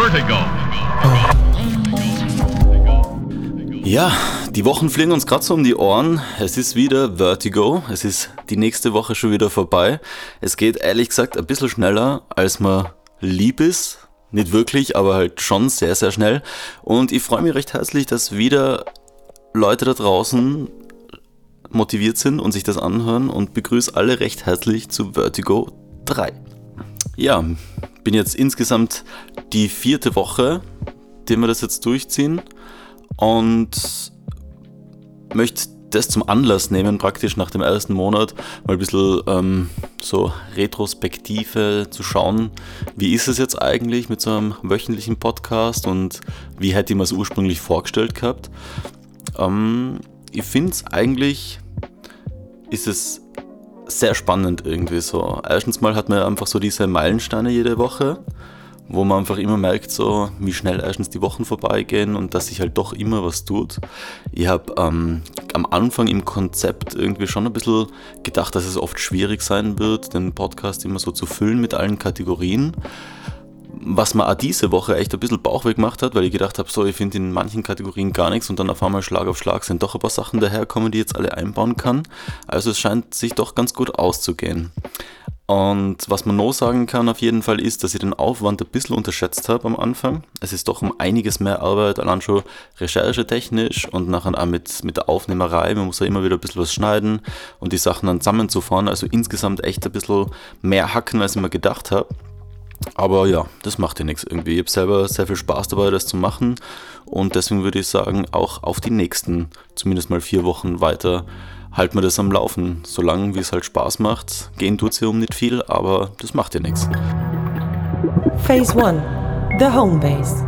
Vertigo. Ja, die Wochen fliegen uns gerade so um die Ohren. Es ist wieder Vertigo. Es ist die nächste Woche schon wieder vorbei. Es geht ehrlich gesagt ein bisschen schneller, als man lieb ist. Nicht wirklich, aber halt schon sehr, sehr schnell. Und ich freue mich recht herzlich, dass wieder Leute da draußen motiviert sind und sich das anhören und begrüße alle recht herzlich zu Vertigo 3. Ja, bin jetzt insgesamt die 4. Woche, die wir das jetzt durchziehen. Und möchte das zum Anlass nehmen, praktisch nach dem ersten Monat mal ein bisschen so Retrospektive zu schauen, wie ist es jetzt eigentlich mit so einem wöchentlichen Podcast und wie hätte ich mir es ursprünglich vorgestellt gehabt. Ich finde es eigentlich, ist es sehr spannend irgendwie so. Erstens mal hat man einfach so diese Meilensteine jede Woche, wo man einfach immer merkt, so wie schnell erstens die Wochen vorbeigehen und dass sich halt doch immer was tut. Ich habe am Anfang im Konzept irgendwie schon ein bisschen gedacht, dass es oft schwierig sein wird, den Podcast immer so zu füllen mit allen Kategorien. Was mir auch diese Woche echt ein bisschen Bauchweh gemacht hat, weil ich gedacht habe, so, ich finde in manchen Kategorien gar nichts und dann auf einmal Schlag auf Schlag sind doch ein paar Sachen daherkommen, die ich jetzt alle einbauen kann. Also es scheint sich doch ganz gut auszugehen. Und was man noch sagen kann auf jeden Fall ist, dass ich den Aufwand ein bisschen unterschätzt habe am Anfang. Es ist doch um einiges mehr Arbeit, allein schon recherchetechnisch und nachher auch mit der Aufnehmerei. Man muss ja immer wieder ein bisschen was schneiden und die Sachen dann zusammenzufahren. Also insgesamt echt ein bisschen mehr hacken, als ich mir gedacht habe. Aber ja, das macht ja nichts irgendwie. Ich habe selber sehr viel Spaß dabei, das zu machen. Und deswegen würde ich sagen, auch auf die nächsten, zumindest mal 4 Wochen weiter, halten wir das am Laufen, solange wie es halt Spaß macht. Gehen tut es ja um nicht viel, aber das macht ja nichts. Phase 1, the Homebase.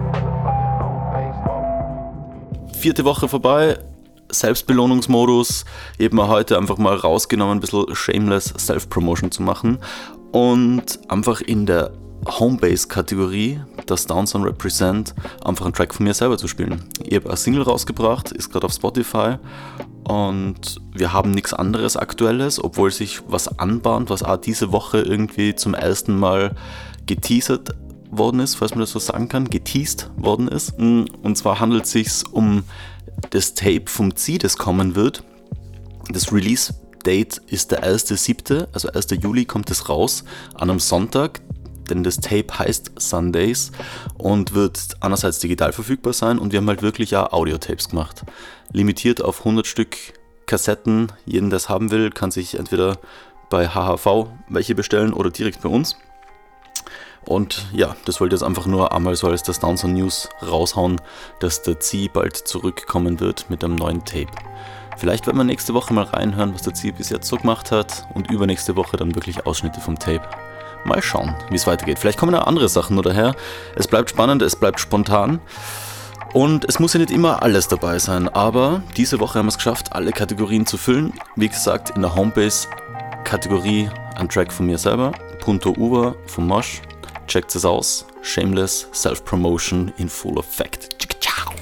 4. Woche vorbei, Selbstbelohnungsmodus. Eben heute einfach mal rausgenommen, ein bisschen shameless Self-Promotion zu machen und einfach in der Homebase-Kategorie, das Downsound Represent, einfach einen Track von mir selber zu spielen. Ich habe eine Single rausgebracht, ist gerade auf Spotify und wir haben nichts anderes Aktuelles, obwohl sich was anbahnt, was auch diese Woche irgendwie zum ersten Mal geteasert worden ist, falls man das so sagen kann, geteased worden ist. Und zwar handelt es sich um das Tape vom Zi, das kommen wird. Das Release-Date ist der 1.7., also 1. Juli kommt es raus, an einem Sonntag. Denn das Tape heißt Sundays und wird einerseits digital verfügbar sein und wir haben halt wirklich auch Audio-Tapes gemacht. Limitiert auf 100 Stück Kassetten. Jeden, der es haben will, kann sich entweder bei HHV welche bestellen oder direkt bei uns. Und ja, das wollte ich jetzt einfach nur einmal so als das Downsound News raushauen, dass der Zi bald zurückkommen wird mit einem neuen Tape. Vielleicht werden wir nächste Woche mal reinhören, was der Zi bis jetzt so gemacht hat und übernächste Woche dann wirklich Ausschnitte vom Tape. Mal schauen, wie es weitergeht. Vielleicht kommen auch andere Sachen nur daher. Es bleibt spannend, es bleibt spontan. Und es muss ja nicht immer alles dabei sein. Aber diese Woche haben wir es geschafft, alle Kategorien zu füllen. Wie gesagt, in der Homebase-Kategorie ein Track von mir selber. Punto Uber von Mosh. Checkt es aus. Shameless Self-Promotion in full effect. Ciao.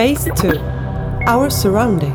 Phase 2. Our Surrounding.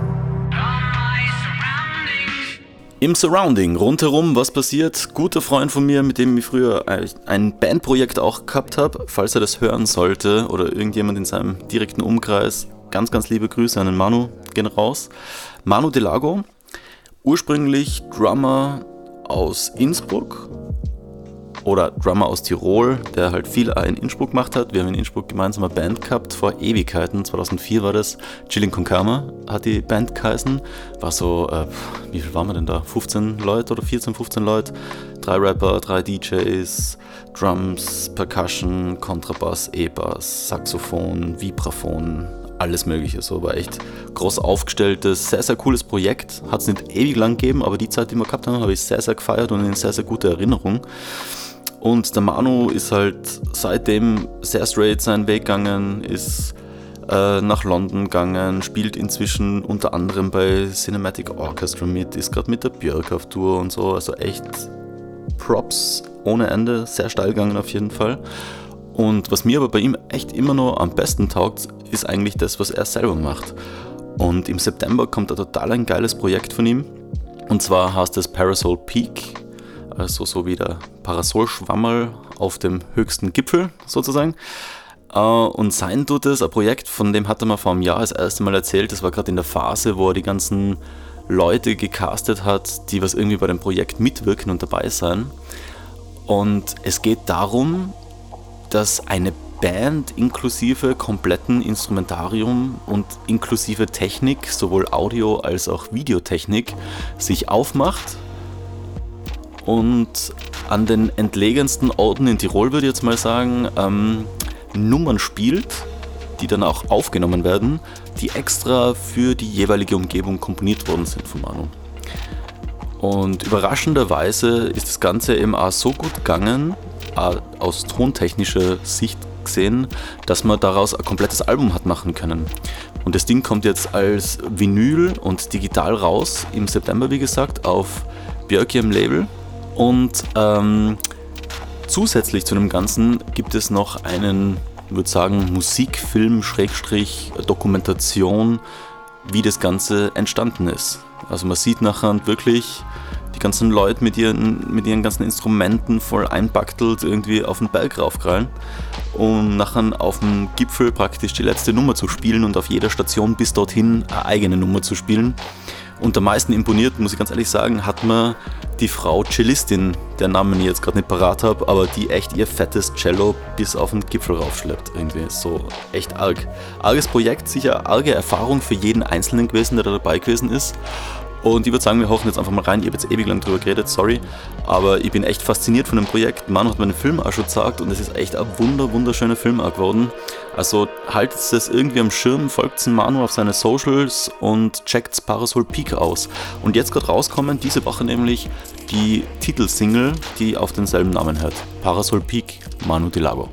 Im Surrounding, rundherum, was passiert? Guter Freund von mir, mit dem ich früher ein Bandprojekt auch gehabt habe, falls er das hören sollte oder irgendjemand in seinem direkten Umkreis, ganz, ganz liebe Grüße an den Manu, gehen raus. Manu Delago, ursprünglich Drummer aus Innsbruck oder Drummer aus Tirol, der halt viel in Innsbruck gemacht hat. Wir haben in Innsbruck gemeinsam eine Band gehabt, vor Ewigkeiten, 2004 war das. Chilling con Karma hat die Band geheißen. War so, wie viel waren wir denn da? 15 Leute oder 14, 15 Leute. 3 Rapper, 3 DJs, Drums, Percussion, Kontrabass, E-Bass, Saxophon, Vibraphon, alles mögliche. So war echt groß aufgestelltes, sehr, sehr cooles Projekt. Hat es nicht ewig lang gegeben, aber die Zeit, die wir gehabt haben, habe ich sehr, sehr gefeiert und in sehr, sehr gute Erinnerung. Und der Manu ist halt seitdem sehr straight seinen Weg gegangen, ist nach London gegangen, spielt inzwischen unter anderem bei Cinematic Orchestra mit, ist gerade mit der Björk auf Tour und so, also echt Props ohne Ende, sehr steil gegangen auf jeden Fall. Und was mir aber bei ihm echt immer noch am besten taugt, ist eigentlich das, was er selber macht. Und im September kommt da total ein geiles Projekt von ihm, und zwar heißt es Parasol Peak. Also so wie der Parasolschwammerl auf dem höchsten Gipfel sozusagen. Und sein tut es, ein Projekt, von dem hat er mir vor einem Jahr das erste Mal erzählt. Das war gerade in der Phase, wo er die ganzen Leute gecastet hat, die was irgendwie bei dem Projekt mitwirken und dabei sein. Und es geht darum, dass eine Band inklusive kompletten Instrumentarium und inklusive Technik, sowohl Audio- als auch Videotechnik, sich aufmacht und an den entlegensten Orten in Tirol, würde ich jetzt mal sagen, Nummern spielt, die dann auch aufgenommen werden, die extra für die jeweilige Umgebung komponiert worden sind von Manu. Und überraschenderweise ist das Ganze eben auch so gut gegangen, aus tontechnischer Sicht gesehen, dass man daraus ein komplettes Album hat machen können. Und das Ding kommt jetzt als Vinyl und digital raus, im September wie gesagt, auf Björk im Label. Und zusätzlich zu dem Ganzen gibt es noch einen, ich würde sagen, Musikfilm, Dokumentation, wie das Ganze entstanden ist. Also man sieht nachher wirklich die ganzen Leute mit ihren ganzen Instrumenten voll einpaktelt irgendwie auf den Berg raufkrallen, um nachher auf dem Gipfel praktisch die letzte Nummer zu spielen und auf jeder Station bis dorthin eine eigene Nummer zu spielen. Und am meisten imponiert, muss ich ganz ehrlich sagen, hat mir die Frau Cellistin, deren Namen ich jetzt gerade nicht parat habe, aber die echt ihr fettes Cello bis auf den Gipfel raufschleppt. Irgendwie so echt arg. Arges Projekt, sicher arge Erfahrung für jeden Einzelnen gewesen, der da dabei gewesen ist. Und ich würde sagen, wir hochen jetzt einfach mal rein. Ich habe jetzt ewig lang drüber geredet, sorry. Aber ich bin echt fasziniert von dem Projekt. Manu hat mir den Film auch schon gezeigt und es ist echt ein wunderschöner Film auch geworden. Also haltet es irgendwie am Schirm, folgt Manu auf seine Socials und checkt Parasol Peak aus. Und jetzt gerade rauskommen, diese Woche nämlich, die Titelsingle, die auf denselben Namen hört. Parasol Peak, Manu Delago.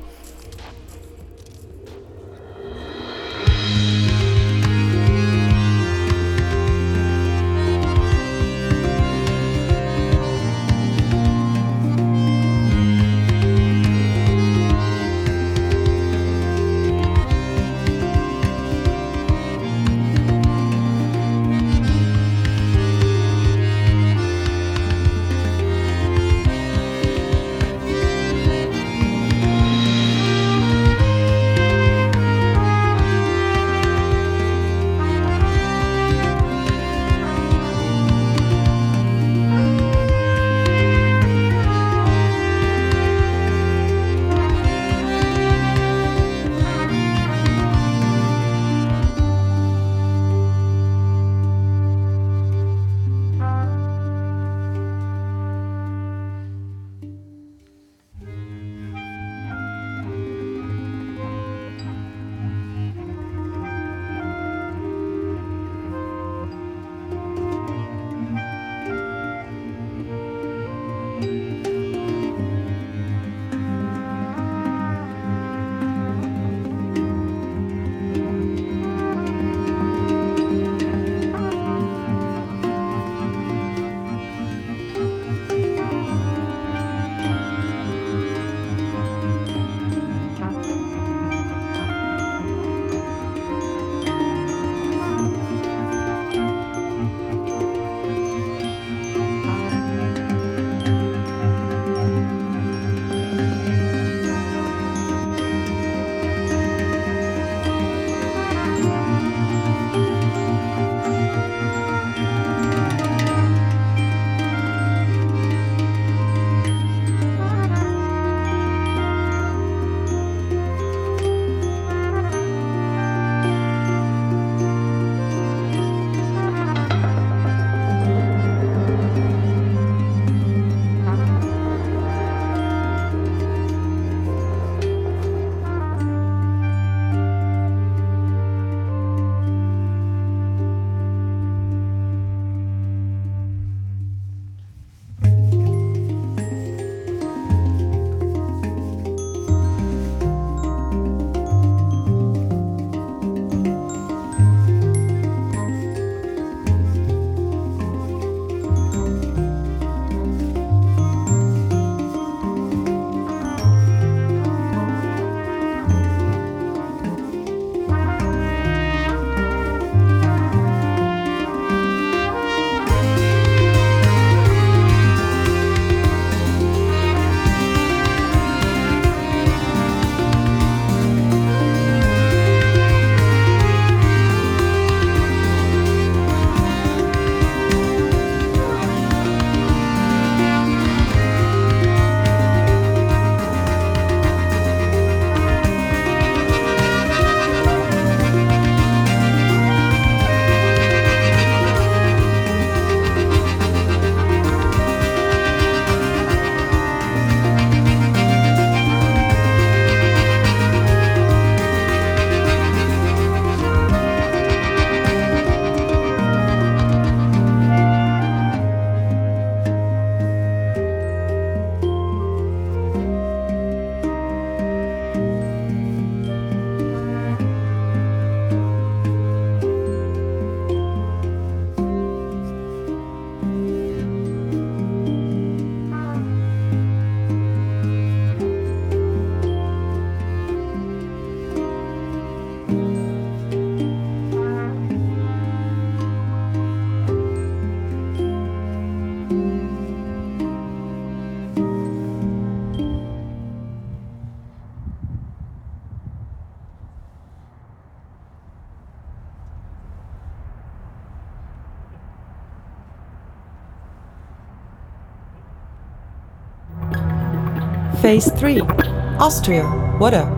Phase 3. Austria, what up?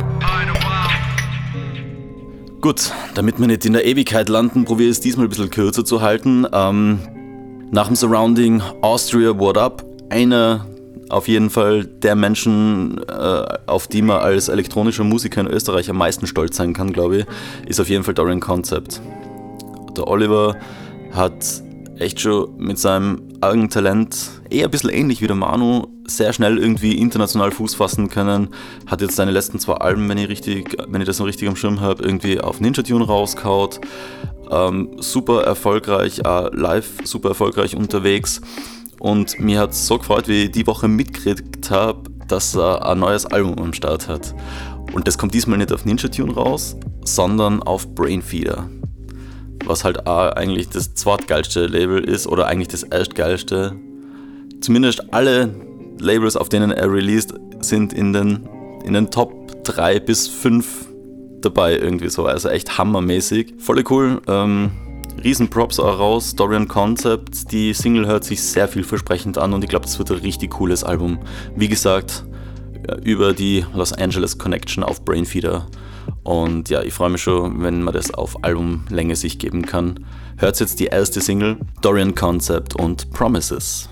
Gut, damit wir nicht in der Ewigkeit landen, probiere ich es diesmal ein bisschen kürzer zu halten. Nach dem Surrounding Austria, what up? Einer auf jeden Fall der Menschen, auf die man als elektronischer Musiker in Österreich am meisten stolz sein kann, glaube ich, ist auf jeden Fall Dorian Concept. Der Oliver hat echt schon mit seinem Talent, eher ein bisschen ähnlich wie der Manu, sehr schnell irgendwie international Fuß fassen können. Hat jetzt seine letzten 2 Alben, wenn ich das noch richtig am Schirm habe, irgendwie auf Ninja Tune rausgehaut. Super erfolgreich, live super erfolgreich unterwegs. Und mir hat es so gefreut, wie ich die Woche mitgekriegt habe, dass er ein neues Album am Start hat. Und das kommt diesmal nicht auf Ninja Tune raus, sondern auf Brainfeeder. Was halt eigentlich das zweitgeilste Label ist oder eigentlich das erstgeilste. Zumindest alle Labels, auf denen er released, sind in den Top 3 bis 5 dabei irgendwie so. Also echt hammermäßig. Voll cool. Riesen Props auch raus. Dorian Concept. Die Single hört sich sehr vielversprechend an und ich glaube, das wird ein richtig cooles Album. Wie gesagt, über die Los Angeles Connection auf Brainfeeder. Und ja, ich freue mich schon, wenn man das auf Albumlänge sich geben kann. Hört jetzt die erste Single, Dorian Concept und Promises.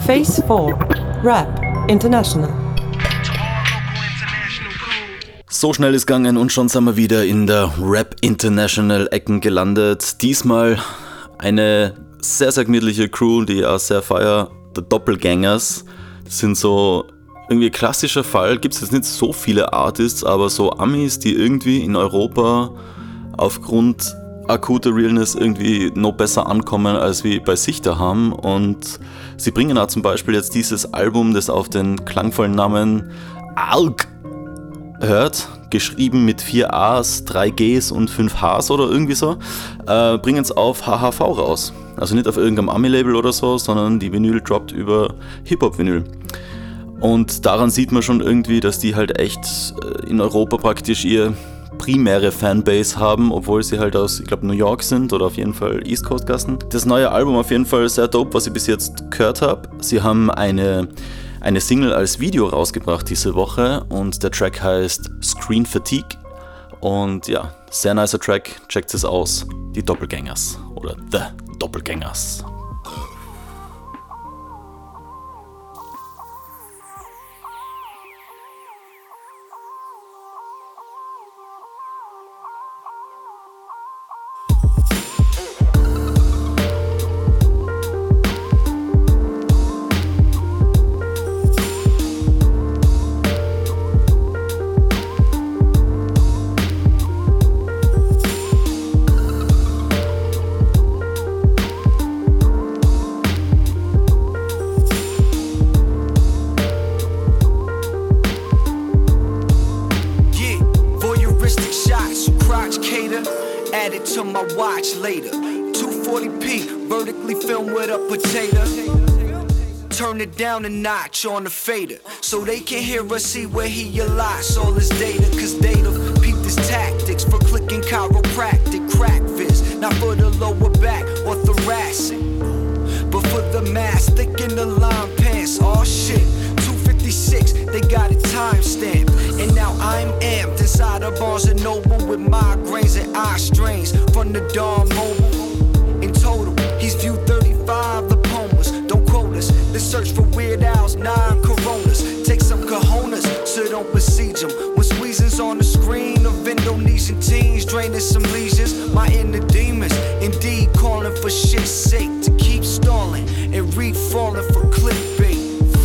Phase 4. Rap International. So schnell ist gegangen und schon sind wir wieder in der Rap International Ecken gelandet. Diesmal eine sehr, sehr gemütliche Crew, die ich auch sehr feier. The Doppelgängers. Das sind so irgendwie klassischer Fall. Gibt es jetzt nicht so viele Artists, aber so Amis, die irgendwie in Europa aufgrund akuter Realness irgendwie noch besser ankommen, als wir bei sich da haben. Und sie bringen auch zum Beispiel jetzt dieses Album, das auf den klangvollen Namen ALG hört, geschrieben mit 4 A's, 3 G's und 5 H's oder irgendwie so, bringen es auf HHV raus. Also nicht auf irgendeinem Ami-Label oder so, sondern die Vinyl droppt über Hip-Hop-Vinyl. Und daran sieht man schon irgendwie, dass die halt echt in Europa praktisch ihr primäre Fanbase haben, obwohl sie halt aus, ich glaube, New York sind oder auf jeden Fall East Coast Gasten. Das neue Album auf jeden Fall sehr dope, was ich bis jetzt gehört habe. Sie haben eine Single als Video rausgebracht diese Woche und der Track heißt Screen Fatigue und ja, sehr nicer Track, checkt es aus, die Doppelgängers oder The Doppelgängers. To my watch later, 240p vertically filmed with a potato. Turn it down a notch on the fader, so they can hear us see where he lies. All his data, cause data peep his tactics for clicking chiropractic crack viz. Not for the lower back or thoracic, but for the mass thick in the line pants. Oh shit, 256, they got it time stamped. And now I'm amped inside of Barnes & Noble with migraines and eye strains from the dawn mobile. In total, he's viewed 35 diplomas. Don't quote us, let's search for Weird Al's 9 coronas. Take some cojones, so don't besiege him. When squeezing's on the screen of Indonesian teens, draining some lesions, my inner demons. Indeed, calling for shit's sake to keep stalling and read falling for clickbait.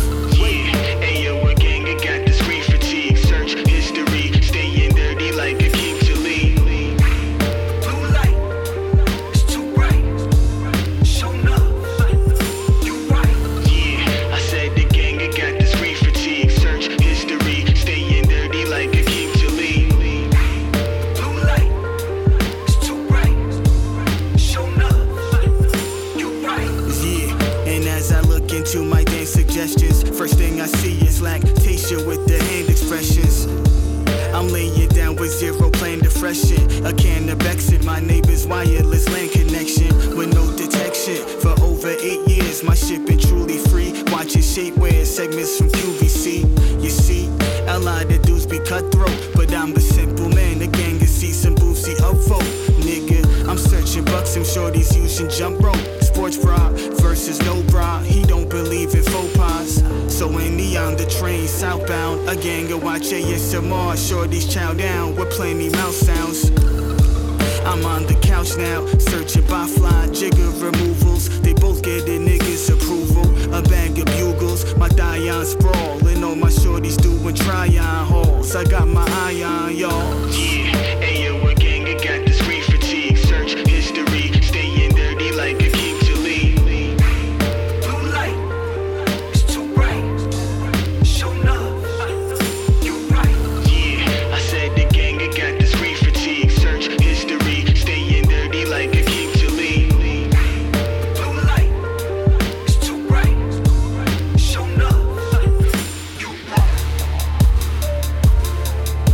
First thing I see is lactation with the hand expressions. I'm laying down with zero plan to freshen. A can of exit, my neighbor's wireless LAN connection with no detection. For over 8 years, my shit been truly free. Watching shapewear segments from QVC. You see, a lot of dudes be cutthroat, but I'm the simple man. The gang can see some boozy upvote. Nigga, I'm searching bucks, I'm shorties using jump rope. Sports bra versus no bra. He don't believe in faux pas. So when he on the train southbound, a gang of watch ASMR. Shorties chow down with plenty mouth sounds. I'm on the couch now, searching by fly jigger removals. They both get a niggas approval. A bag of bugles, my Dion sprawl, and all my shorties doing try-on hauls. I got my eye on y'all. Yeah, ayo, a gang got the screen fatigue. Search history, staying dirty like a king to lead. Blue light, it's too bright. Show love, you right. Yeah, I said the gang got the screen fatigue. Search history, staying dirty like a king to lead. Blue light, it's too bright. Show love, you right.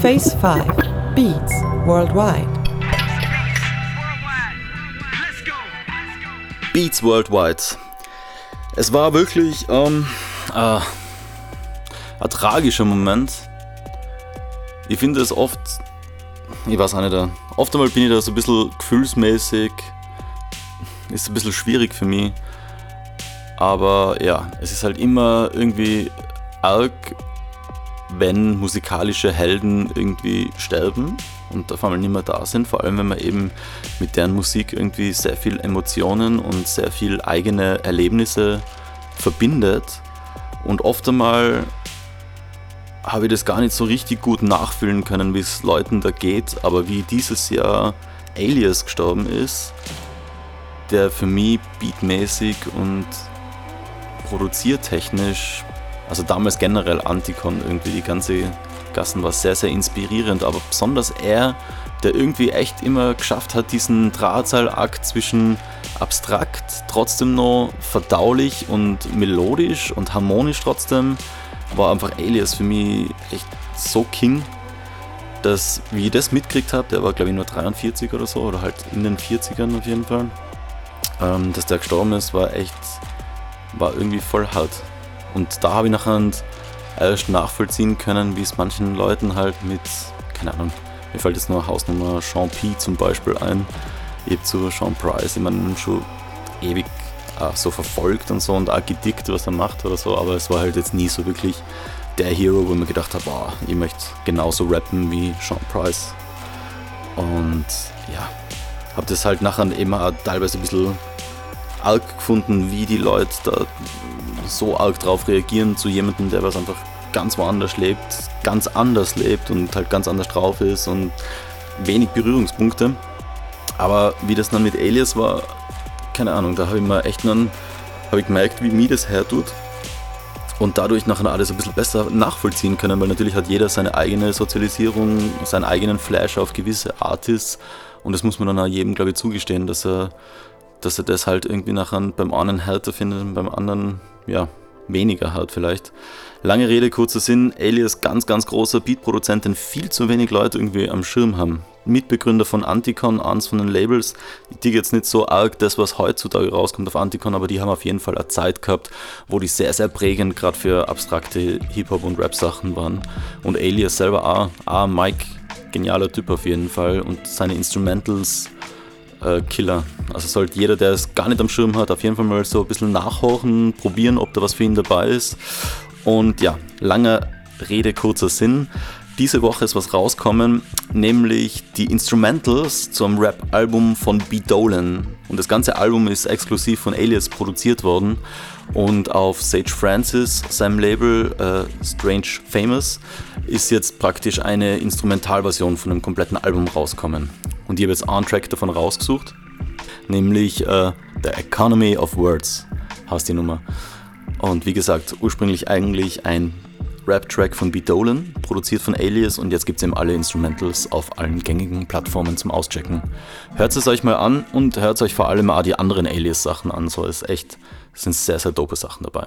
Phase 5 Beats Worldwide. Beats Worldwide. Es war wirklich ein tragischer Moment. Ich finde es oft, ich weiß auch nicht, oft einmal bin ich da so ein bisschen gefühlsmäßig, ist ein bisschen schwierig für mich. Aber ja, es ist halt immer irgendwie arg, wenn musikalische Helden irgendwie sterben und auf einmal nicht mehr da sind, vor allem wenn man eben mit deren Musik irgendwie sehr viel Emotionen und sehr viel eigene Erlebnisse verbindet. Und oft einmal habe ich das gar nicht so richtig gut nachfühlen können, wie es Leuten da geht, aber wie dieses Jahr Alias gestorben ist, der für mich beatmäßig und produziertechnisch, also damals generell Anticon, irgendwie die ganze Gassen war sehr, sehr inspirierend, aber besonders er, der irgendwie echt immer geschafft hat, diesen Drahtseilakt zwischen abstrakt, trotzdem noch verdaulich und melodisch und harmonisch trotzdem, war einfach Alias für mich echt so King, dass, wie ich das mitgekriegt habe, der war glaube ich nur 43 oder so, oder halt in den 40ern auf jeden Fall, dass der gestorben ist, war irgendwie voll hart. Und da habe ich nachher erst nachvollziehen können, wie es manchen Leuten halt mit, keine Ahnung, mir fällt jetzt nur Hausnummer Sean P. zum Beispiel ein. Ich habe zu Sean Price, ich meine, schon ewig so verfolgt und so und auch gedickt, was er macht oder so, aber es war halt jetzt nie so wirklich der Hero, wo ich mir gedacht habe, boah, ich möchte genauso rappen wie Sean Price. Und ja, habe das halt nachher eben auch teilweise ein bisschen arg gefunden, wie die Leute da so arg drauf reagieren zu jemandem, der was einfach ganz woanders lebt, ganz anders lebt und halt ganz anders drauf ist und wenig Berührungspunkte. Aber wie das dann mit Alias war, keine Ahnung, da habe ich mir echt habe ich gemerkt, wie mir das hertut und dadurch nachher alles ein bisschen besser nachvollziehen können, weil natürlich hat jeder seine eigene Sozialisierung, seinen eigenen Flash auf gewisse Artists und das muss man dann auch jedem, glaube ich, zugestehen, dass er das halt irgendwie nachher beim einen härter findet und beim anderen, ja, weniger hart vielleicht. Lange Rede, kurzer Sinn, Alias, ganz, ganz großer Beatproduzent, den viel zu wenig Leute irgendwie am Schirm haben. Mitbegründer von Anticon, eins von den Labels, die jetzt nicht so arg das, was heutzutage rauskommt auf Anticon, aber die haben auf jeden Fall eine Zeit gehabt, wo die sehr, sehr prägend gerade für abstrakte Hip-Hop- und Rap-Sachen waren. Und Alias selber auch Mike, genialer Typ auf jeden Fall und seine Instrumentals, Killer. Also sollte jeder, der es gar nicht am Schirm hat, auf jeden Fall mal so ein bisschen nachhorchen, probieren, ob da was für ihn dabei ist. Und ja, lange Rede, kurzer Sinn. Diese Woche ist was rauskommen, nämlich die Instrumentals zum Rap-Album von B. Dolan. Und das ganze Album ist exklusiv von Alias produziert worden. Und auf Sage Francis, seinem Label Strange Famous, ist jetzt praktisch eine Instrumentalversion von dem kompletten Album rauskommen. Und ich habe jetzt einen Track davon rausgesucht, nämlich The Economy of Words heißt die Nummer. Und wie gesagt, ursprünglich eigentlich ein Rap-Track von B. Dolan, produziert von Alias und jetzt gibt es eben alle Instrumentals auf allen gängigen Plattformen zum Auschecken. Hört es euch mal an und hört euch vor allem auch die anderen Alias-Sachen an, so ist echt, es sind sehr, sehr dope Sachen dabei.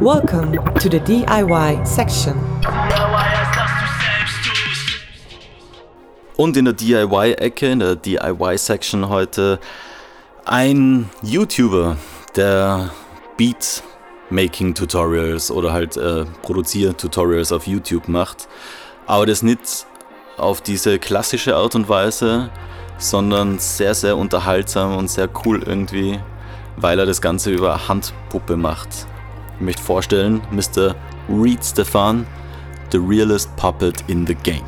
Welcome to the DIY section. Und in der DIY-Ecke, in der DIY-Section heute ein YouTuber, der Beat-Making-Tutorials oder halt Produzier-Tutorials auf YouTube macht. Aber das nicht auf diese klassische Art und Weise, sondern sehr, sehr unterhaltsam und sehr cool irgendwie, weil er das Ganze über Handpuppe macht. Ich möchte vorstellen, Mr. Reed Stefan, the realest puppet in the game.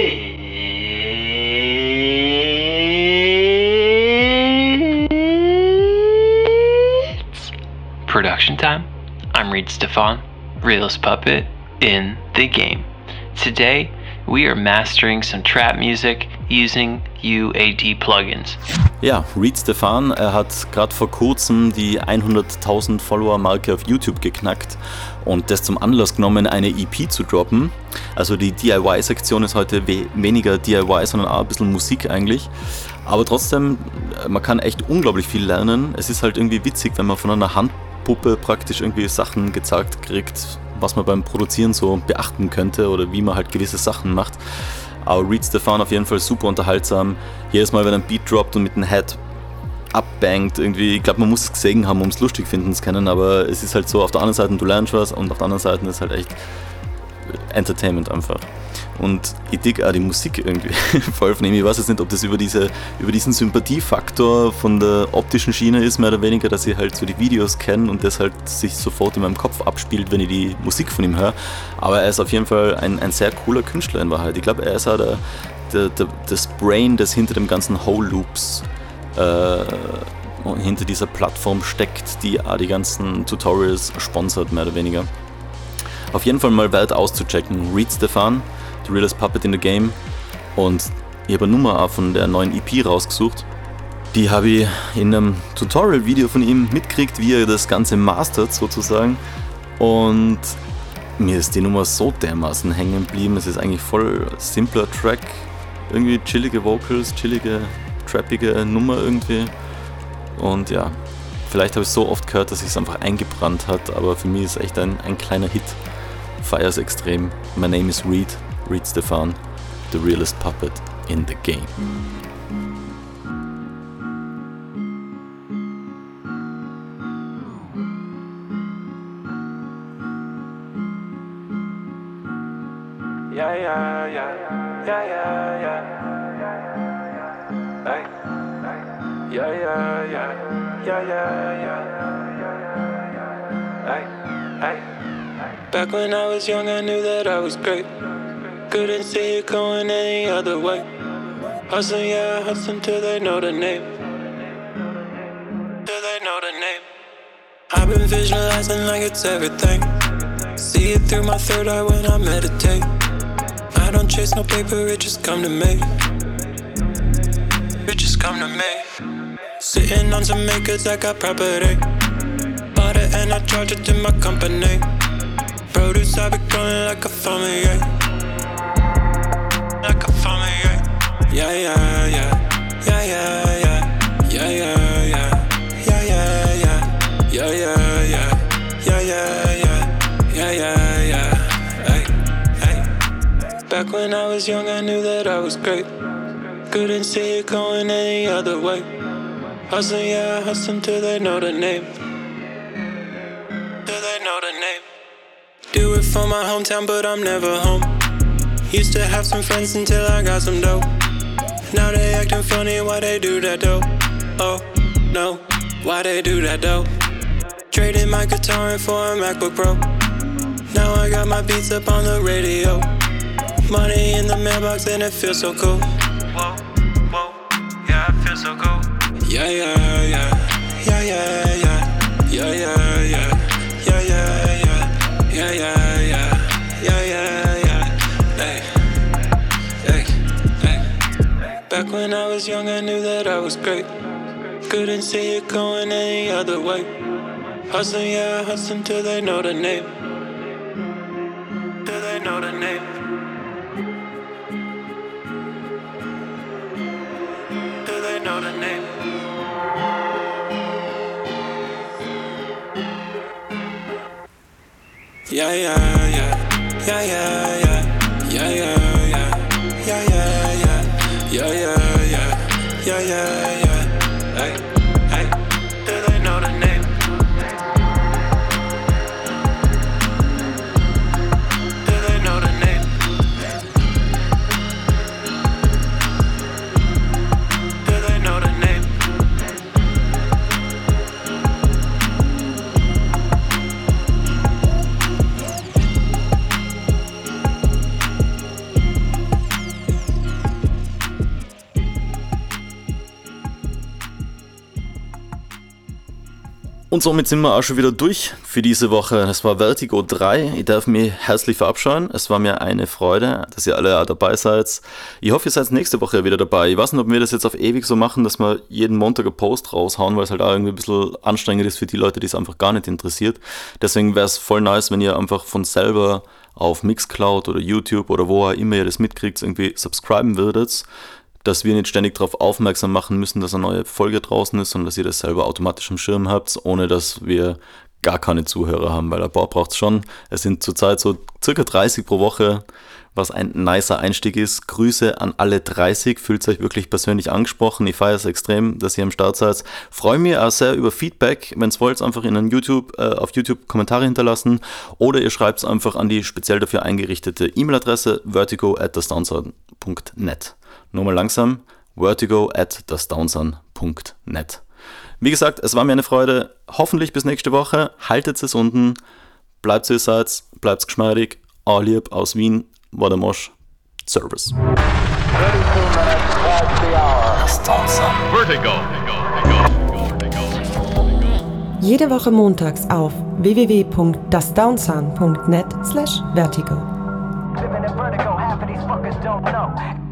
It's production time. I'm Reed Stefan, realest puppet in the game. Today, we are mastering some trap music using UAD plugins. Ja, Reed Stefan, er hat gerade vor kurzem die 100.000 Follower-Marke auf YouTube geknackt und das zum Anlass genommen, eine EP zu droppen. Also die DIY-Sektion ist heute weniger DIY, sondern auch ein bisschen Musik eigentlich. Aber trotzdem, man kann echt unglaublich viel lernen. Es ist halt irgendwie witzig, wenn man von einer Handpuppe praktisch irgendwie Sachen gezeigt kriegt, was man beim Produzieren so beachten könnte oder wie man halt gewisse Sachen macht. Aber Reed Stefan auf jeden Fall super unterhaltsam. Jedes Mal, wenn er ein Beat droppt und mit dem Head abbangt, irgendwie, ich glaube, man muss es gesehen haben, um es lustig finden zu können, aber es ist halt so, auf der anderen Seite du lernst was und auf der anderen Seite ist halt echt Entertainment einfach. Und ich dig auch die Musik irgendwie voll von ihm. Ich weiß jetzt nicht, ob das über diesen Sympathiefaktor von der optischen Schiene ist, mehr oder weniger, dass ich halt so die Videos kenne und das halt sich sofort in meinem Kopf abspielt, wenn ich die Musik von ihm höre. Aber er ist auf jeden Fall ein sehr cooler Künstler in Wahrheit. Ich glaube, er ist auch das Brain, das hinter dem ganzen Whole Loops hinter dieser Plattform steckt, die auch die ganzen Tutorials sponsert, mehr oder weniger. Auf jeden Fall mal wert auszuchecken. Reed Stefan, The Realest Puppet in the Game. Und ich habe eine Nummer auch von der neuen EP rausgesucht. Die habe ich in einem Tutorial-Video von ihm mitgekriegt, wie er das Ganze mastert sozusagen. Und mir ist die Nummer so dermaßen hängen geblieben. Es ist eigentlich voll simpler Track. Irgendwie chillige Vocals, chillige, trappige Nummer irgendwie. Und ja, vielleicht habe ich es so oft gehört, dass es einfach eingebrannt hat. Aber für mich ist es echt ein kleiner Hit. Feier's extrem. My name is Reed Stefan, the realest puppet in the game. Yeah, yeah, yeah, yeah, yeah, yeah. Hey, yeah, yeah, yeah, yeah, yeah, yeah. Hey, hey. Back when I was young, I knew that I was great. Couldn't see it going any other way. Hustling, yeah, hustling till they know the name. Till they know the name. I've been visualizing like it's everything. See it through my third eye when I meditate. I don't chase no paper, it just come to me. It just come to me. Sitting on some acres, I got property. Bought it and I charge it to my company. Produce, I be growing like a farmer, like a farmer, yeah, yeah, yeah, yeah, yeah, yeah, yeah, yeah, yeah, yeah, yeah, yeah, yeah, yeah, yeah, yeah, yeah, yeah, hey, hey. Back when I was young, I knew that I was great. Couldn't see it going any other way. Hustling, yeah, hustling till they know the name. Till they know the name. Do it for my hometown, but I'm never home. Used to have some friends until I got some dough. Now they acting funny, why they do that though? Oh, no, why they do that though? Traded my guitar in for a MacBook Pro. Now I got my beats up on the radio. Money in the mailbox and it feels so cool. Whoa, whoa, yeah, it feels so cool. Yeah, yeah, yeah, yeah, yeah, yeah, yeah, yeah, yeah, yeah, yeah, yeah, yeah, yeah, yeah, yeah, yeah, yeah, hey, hey, hey. Back when I was young, I knew that I was great. Couldn't see it going any other way. Hustling, yeah, hustling till they know the name. Till they know the name. Till they know the name. Yeah, yeah, yeah. Yeah, yeah, yeah. Yeah, yeah, yeah. Yeah, yeah, yeah. Yeah, yeah, yeah. Yeah, yeah, yeah. Hey, hey. Do they know the name? Do they know the name? Do they know the name? Und somit sind wir auch schon wieder durch für diese Woche. Das war Vertigo 3. Ich darf mich herzlich verabscheuen. Es war mir eine Freude, dass ihr alle auch dabei seid. Ich hoffe, ihr seid nächste Woche wieder dabei. Ich weiß nicht, ob wir das jetzt auf ewig so machen, dass wir jeden Montag einen Post raushauen, weil es halt auch irgendwie ein bisschen anstrengend ist für die Leute, die es einfach gar nicht interessiert. Deswegen wäre es voll nice, wenn ihr einfach von selber auf Mixcloud oder YouTube oder wo auch immer ihr das mitkriegt, irgendwie subscriben würdet, dass wir nicht ständig darauf aufmerksam machen müssen, dass eine neue Folge draußen ist, sondern dass ihr das selber automatisch im Schirm habt, ohne dass wir gar keine Zuhörer haben, weil ein paar braucht es schon. Es sind zurzeit so circa 30 pro Woche, was ein nicer Einstieg ist. Grüße an alle 30, fühlt euch wirklich persönlich angesprochen. Ich feiere es extrem, dass ihr am Start seid. Freue mich auch sehr über Feedback. Wenn ihr wollt, einfach auf YouTube Kommentare hinterlassen oder ihr schreibt es einfach an die speziell dafür eingerichtete E-Mail-Adresse vertigo@thesdownsun.net. Nur mal langsam, vertigo@thesdownsun.net. Wie gesagt, es war mir eine Freude. Hoffentlich bis nächste Woche. Haltet es unten. Bleibt so ihr seid. Bleibt geschmeidig. Lieb aus Wien. War der Mosch. Service. Vertigo. Jede Woche montags auf www.thesdownsun.net/vertigo. Living in vertigo, half of these fuckers don't know.